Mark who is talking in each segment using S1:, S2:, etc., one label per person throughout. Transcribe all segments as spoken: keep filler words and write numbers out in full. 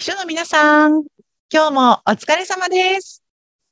S1: 秘書の皆さん、今日もお疲れ様です。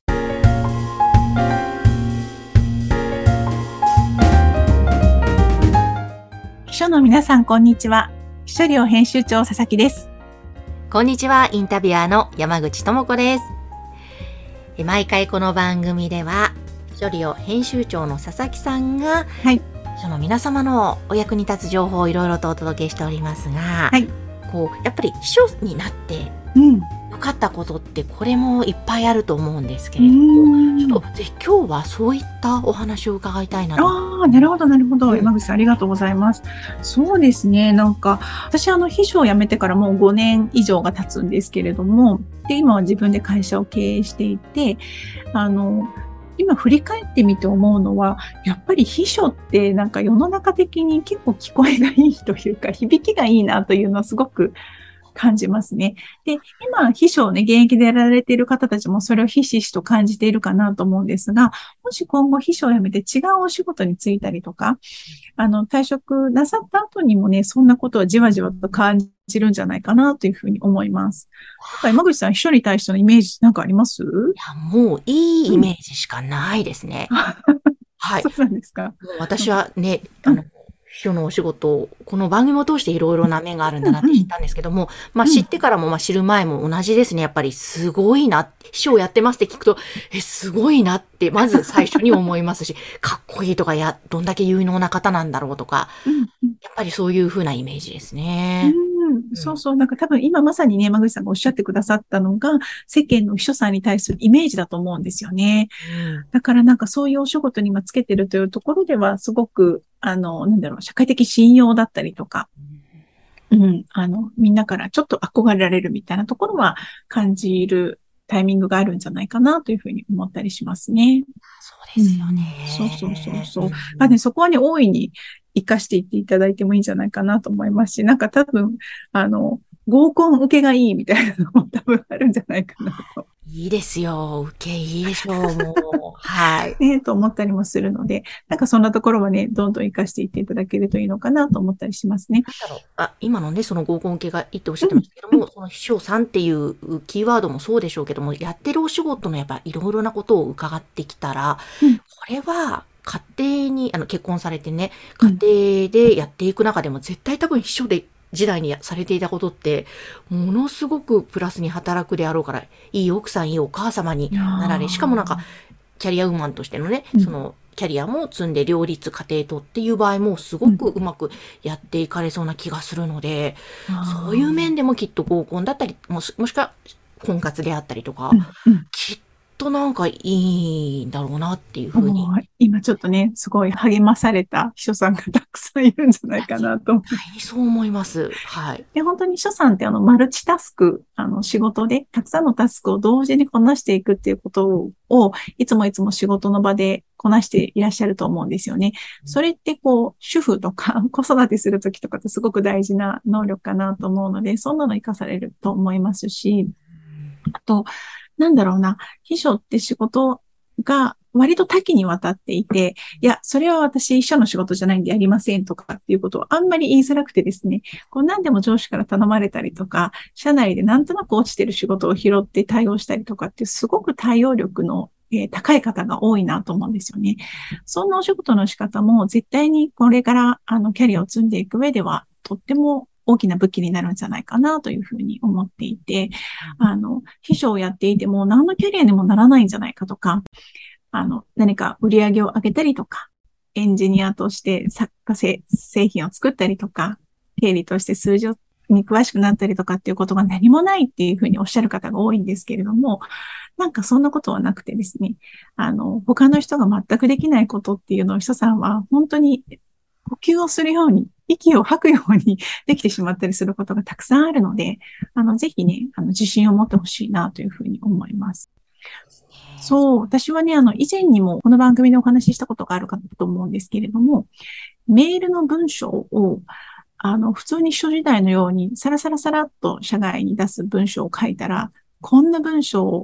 S1: 秘書の皆さん、こんにちは。秘書寮編集長佐々木です。
S2: こんにちは、インタビュアーの山口智子です。毎回この番組では、秘書寮編集長の佐々木さんが、はい、秘書の皆様のお役に立つ情報をいろいろとお届けしておりますが、はい、こうやっぱり秘書になって、うんよかったことってこれもいっぱいあると思うんですけれども、ちょっとぜひ今日はそういったお話を伺いたいなと。
S1: ああ、なるほどなるほど、山口さんありがとうございます。そうですね、なんか私あの秘書を辞めてからもうごねん以上が経つんですけれども、で今は自分で会社を経営していて、あの今振り返ってみて思うのは、やっぱり秘書ってなんか世の中的に結構聞こえがいいというか、響きがいいなというのはすごく感じますね。で、今、秘書をね、現役でやられている方たちもそれをひしひしと感じているかなと思うんですが、もし今後秘書を辞めて違うお仕事に就いたりとか、あの、退職なさった後にもね、そんなことはじわじわと感じるんじゃないかなというふうに思います。なんか山口さん、秘書に対してのイメージなんかあります？い
S2: や、もういいイメージしかないですね。うん、
S1: はい。そうなんですか。もう
S2: 私はね、うん、あの、秘書のお仕事、この番組を通していろいろな面があるんだなって知ったんですけども、うんうん、まあ知ってからもまあ知る前も同じですね。やっぱりすごいな、秘書をやってますって聞くと、え、すごいなって、まず最初に思いますし、かっこいいとか、や、どんだけ有能な方なんだろうとか、うんうん、やっぱりそういう風なイメージですね。
S1: うん、そうそう。なんか多分今まさにね、山口さんがおっしゃってくださったのが、世間の秘書さんに対するイメージだと思うんですよね。うん、だからなんかそういうお仕事に今つけてるというところでは、すごく、あの、なんだろう、社会的信用だったりとか、うん、あの、みんなからちょっと憧れられるみたいなところは感じるタイミングがあるんじゃないかなというふうに思ったりしますね。
S2: そうですよね。
S1: うん、そうそうそうそう。うん、まあね、そこはね、大いに活かしていっていただいてもいいんじゃないかなと思いますし、なんか多分、あの、合コン受けがいいみたいなのも多分あるんじゃないかなと。
S2: いいですよ。受けいいでしょう、もう。はい。
S1: ね、と思ったりもするので、なんかそんなところはね、どんどん活かしていっていただけるといいのかなと思ったりしますね。
S2: なんだろう。あ、今のね、その合コン受けがいいっておっしゃってましたけども、うん、その秘書さんっていうキーワードもそうでしょうけども、やってるお仕事のやっぱいろいろなことを伺ってきたら、うん、これは家庭に、あの、結婚されてね、家庭でやっていく中でも絶対多分秘書で、時代にされていたことって、ものすごくプラスに働くであろうから、いい奥さん、いいお母様になられ、しかもなんか、キャリアウーマンとしてのね、うん、その、キャリアも積んで両立家庭とっていう場合もすごくうまくやっていかれそうな気がするので、うん、そういう面でもきっと合コンだったり、もし、もしくは婚活であったりとか、うんうん、きっとなんかいいんだろうなっていうふうに。
S1: 今ちょっとね、すごい励まされた秘書さんがたくさんいるんじゃないかなと。
S2: はい、そう思います。はい。
S1: で、本当に秘書さんってあの、マルチタスク、あの、仕事で、たくさんのタスクを同時にこなしていくっていうことを、をいつもいつも仕事の場でこなしていらっしゃると思うんですよね。それってこう、主婦とか子育てするときとかってすごく大事な能力かなと思うので、そんなの活かされると思いますし、あと、なんだろうな、秘書って仕事が割と多岐にわたっていて、いや、それは私秘書の仕事じゃないんでやりませんとかっていうことをあんまり言いづらくてですね、こう何でも上司から頼まれたりとか、社内でなんとなく落ちてる仕事を拾って対応したりとかってすごく対応力のえー、高い方が多いなと思うんですよね。そんなお仕事の仕方も絶対にこれからあのキャリアを積んでいく上ではとっても大きな武器になるんじゃないかなというふうに思っていて、あの、秘書をやっていても何のキャリアにもならないんじゃないかとか、あの、何か売り上げを上げたりとか、エンジニアとして作家製製品を作ったりとか、経理として数字に詳しくなったりとかっていうことが何もないっていうふうにおっしゃる方が多いんですけれども、なんかそんなことはなくてですね、あの、他の人が全くできないことっていうのを秘書さんは本当に呼吸をするように、息を吐くようにできてしまったりすることがたくさんあるので、あの、ぜひね、あの、自信を持ってほしいなというふうに思います。そう、私はね、あの、以前にもこの番組でお話ししたことがあるかと思うんですけれども、メールの文章を、あの、普通に秘書時代のように、サラサラサラっと社外に出す文章を書いたら、こんな文章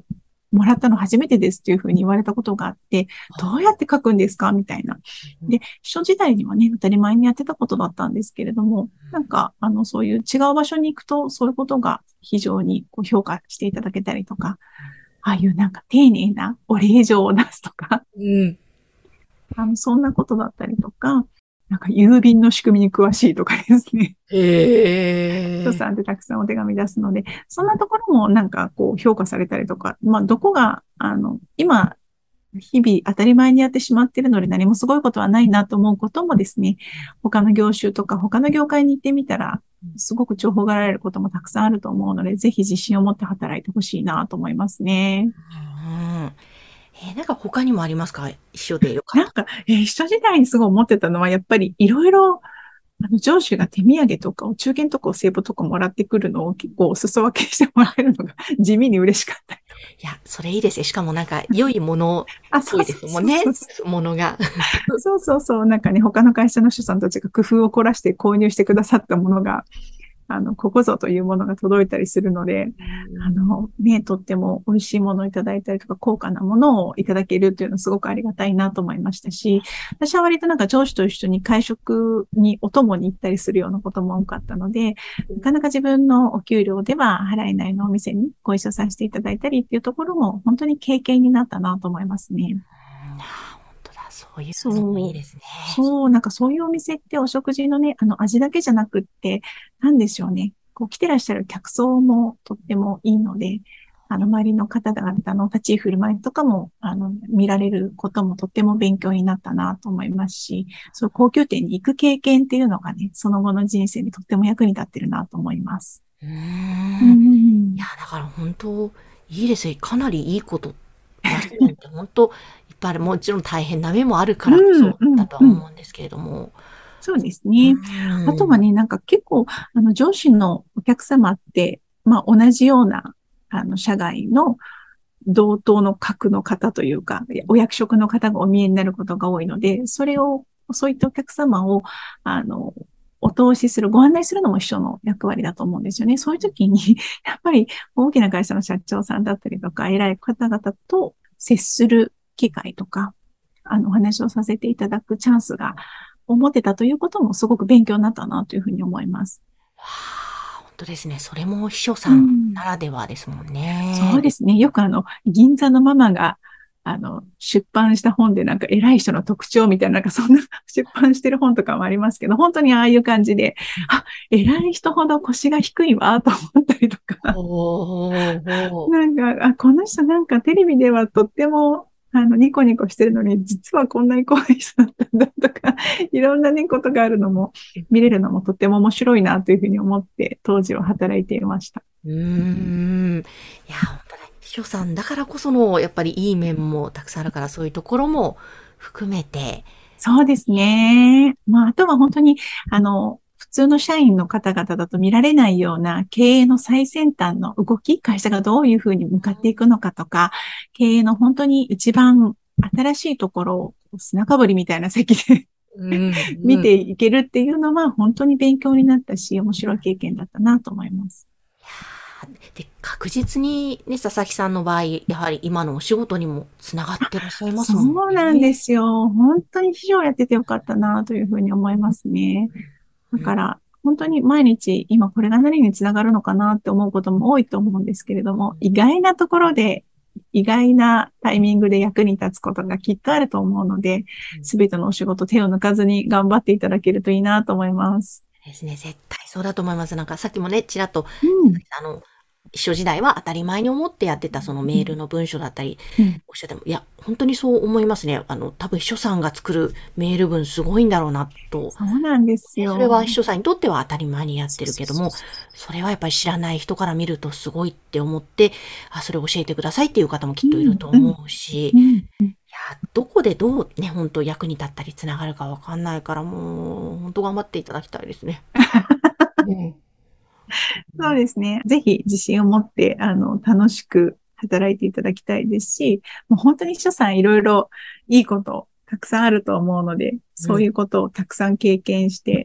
S1: もらったの初めてですっていうふうに言われたことがあって、どうやって書くんですかみたいな。で、秘書時代にはね、当たり前にやってたことだったんですけれども、なんか、あの、そういう違う場所に行くと、そういうことが非常にこう評価していただけたりとか、ああいうなんか丁寧なお礼状を出すとか、
S2: うん。
S1: あの、そんなことだったりとか、なんか郵便の仕組みに詳しいとかですね。人
S2: へえ。
S1: さんってたくさんお手紙出すので、そんなところもなんかこう評価されたりとか、まあどこが、あの、今、日々当たり前にやってしまっているので何もすごいことはないなと思うこともですね、他の業種とか他の業界に行ってみたら、すごく重宝がられることもたくさんあると思うので、ぜひ自信を持って働いてほしいなと思いますね。
S2: うん。えーなんか他にもありますか？一緒でよかった。
S1: なんか、えー、人時代にすごい思ってたのは、やっぱりいろいろあの、上司が手土産とかお中元とかお歳暮とかもらってくるのを結構お裾分けしてもらえるのが地味に嬉しかったりとか。
S2: いや、それいいですね。しかもなんか良いもの
S1: あ、
S2: っぽいで
S1: そうそう
S2: すもんね。
S1: そうそう。
S2: ものが。
S1: そうそうそう。なんかね、他の会社の人さんたちが工夫を凝らして購入してくださったものが、あの、ここぞというものが届いたりするので、あの、ね、とっても美味しいものをいただいたりとか、高価なものをいただけるっていうのはすごくありがたいなと思いましたし、私は割となんか上司と一緒に会食にお供に行ったりするようなことも多かったので、なかなか自分のお給料では払えないのお店にご一緒させていただいたりっていうところも本当に経験になったなと思いますね。
S2: うん、あー本当だ。そういうのもいい
S1: そう。
S2: ですね。
S1: そう、なんかそういうお店ってお食事のね、あの味だけじゃなくって、なんでしょうね。こう来てらっしゃる客層もとってもいいので、あの周りの方々の立ち居振る舞いとかも、あの、見られることもとっても勉強になったなと思いますし、そういう高級店に行く経験っていうのがね、その後の人生にとっても役に立ってるなと思います。
S2: うー
S1: う
S2: ん。いや、
S1: ん。
S2: だから本当いいですよ。かなりいいこと、プラス面って本当いっぱいある。もちろん大変な面もあるからこ
S1: うん、
S2: そ
S1: うん、
S2: だとは
S1: うん。
S2: 思うんですけれども。
S1: そうです
S2: う
S1: ね。あとは
S2: ん。
S1: ね、なんか結構、あの、上司のお客様って、まあ、同じような、あの、社外の同等の格の方というか、お役職の方がお見えになることが多いので、それを、そういったお客様を、あの、お通しする、ご案内するのも秘書の役割だと思うんですよね。そういう時に、やっぱり大きな会社の社長さんだったりとか、偉い方々と接する機会とか、あの、お話をさせていただくチャンスが思ってたということもすごく勉強になったなというふうに思います。
S2: わあ、本当ですね。それも秘書
S1: う
S2: さん
S1: ん。
S2: ならではですもんね。
S1: そうですね。よくあの、銀座のママが、あの、出版した本でなんか偉い人の特徴みたいな、なんかそんな出版してる本とかもありますけど、本当にああいう感じで、あ、偉い人ほど腰が低いわ、と思ったりとか、
S2: ほうほう。
S1: なんか、あ、この人なんかテレビではとっても、あの、ニコニコしてるのに、実はこんなに怖い人だったんだとか、いろんなね、ことがあるのも、見れるのもとっても面白いなというふうに思って、当時は働いていました。
S2: うーん。いや、本当だ。秘書さんだからこその、やっぱりいい面もたくさんあるから、そういうところも含めて、
S1: そうですね。まあ、あとは本当に、あの、普通の社員の方々だと見られないような経営の最先端の動き、会社がどういうふうに向かっていくのかとか、経営の本当に一番新しいところを砂かぶりみたいな席で
S2: うん、
S1: 見
S2: うん。
S1: ていけるっていうのは本当に勉強になったし、面白い経験だったなと思います。
S2: で、確実にね、佐々木さんの場合、やはり今のお仕事にもつながってらっしゃいま
S1: そ
S2: すもん
S1: うなんで
S2: ね。
S1: すよ。本当に秘書をやっててよかったなというふうに思いますね。だ
S2: うん、
S1: から、本当に毎日今これが何につながるのかなって思うことも多いと思うんですけれども、意外なところで、意外なタイミングで役に立つことがきっとあると思うので、すべてのお仕事手を抜かずに頑張っていただけるといいなと思います。
S2: ですね、絶対そうだと思います。なんかさっきもね、ちらっと、
S1: うん。
S2: あの、秘書時代は当たり前に思ってやってたそのメ
S1: うん。
S2: ールの文章だったり、
S1: うん。
S2: おっしゃっても、いや、本当にそう思いますね。あの、多分秘書さんが作るメール文すごいんだろうなと。
S1: そうなんです
S2: ね、それは秘
S1: よ。
S2: 書さんにとっては当たり前にやっ
S1: そう
S2: てるけども、
S1: そうそうそ
S2: それはやっぱり知らない人から見るとすごいって思って、あ、それを教えてくださいっていう方もき
S1: う。
S2: っといる
S1: うん。うん。
S2: と思うし、い
S1: うん。うん。
S2: や、どこでどうね、本当役に立ったりつながるかわかんないから、もう、本当頑張っていただきたいですね。うん。
S1: そうですね。ぜひ自信を持って、あの、楽しく働いていただきたいですし、もう本当に秘書さんいろいろいいことたくさんあると思うので、
S2: うん。
S1: そういうことをたくさん経験して、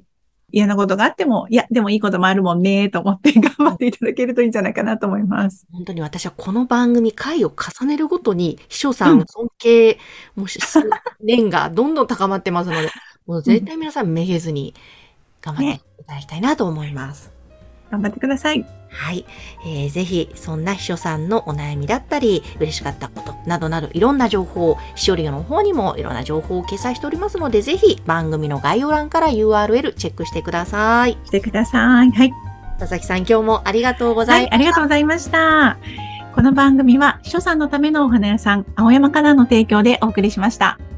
S1: 嫌なことがあっても、いや、でもいいこともあるもんね、と思って頑張っていただけるといいんじゃないかなと思います。
S2: 本当に私はこの番組、回を重ねるごとに、秘書さん
S1: うん。
S2: 尊敬もしする念がどんどん高まってますので、もう絶
S1: うん。
S2: 対皆さんめげずに頑張ってい
S1: ね。
S2: ただきたいなと思います。
S1: 頑張ってください。
S2: はい。えーぜひ、そんな秘書さんのお悩みだったり、嬉しかったことなどなど、いろんな情報、しおりの方にもいろんな情報を掲載しておりますので、ぜひ番組の概要欄から ユーアールエル チェックしてください。
S1: してください。はい。
S2: 佐々木さん、今日もありがとうござ
S1: はいい、ありが
S2: ました。
S1: とうございました。この番組は、秘書さんのためのお花屋さん、青山からの提供でお送りしました。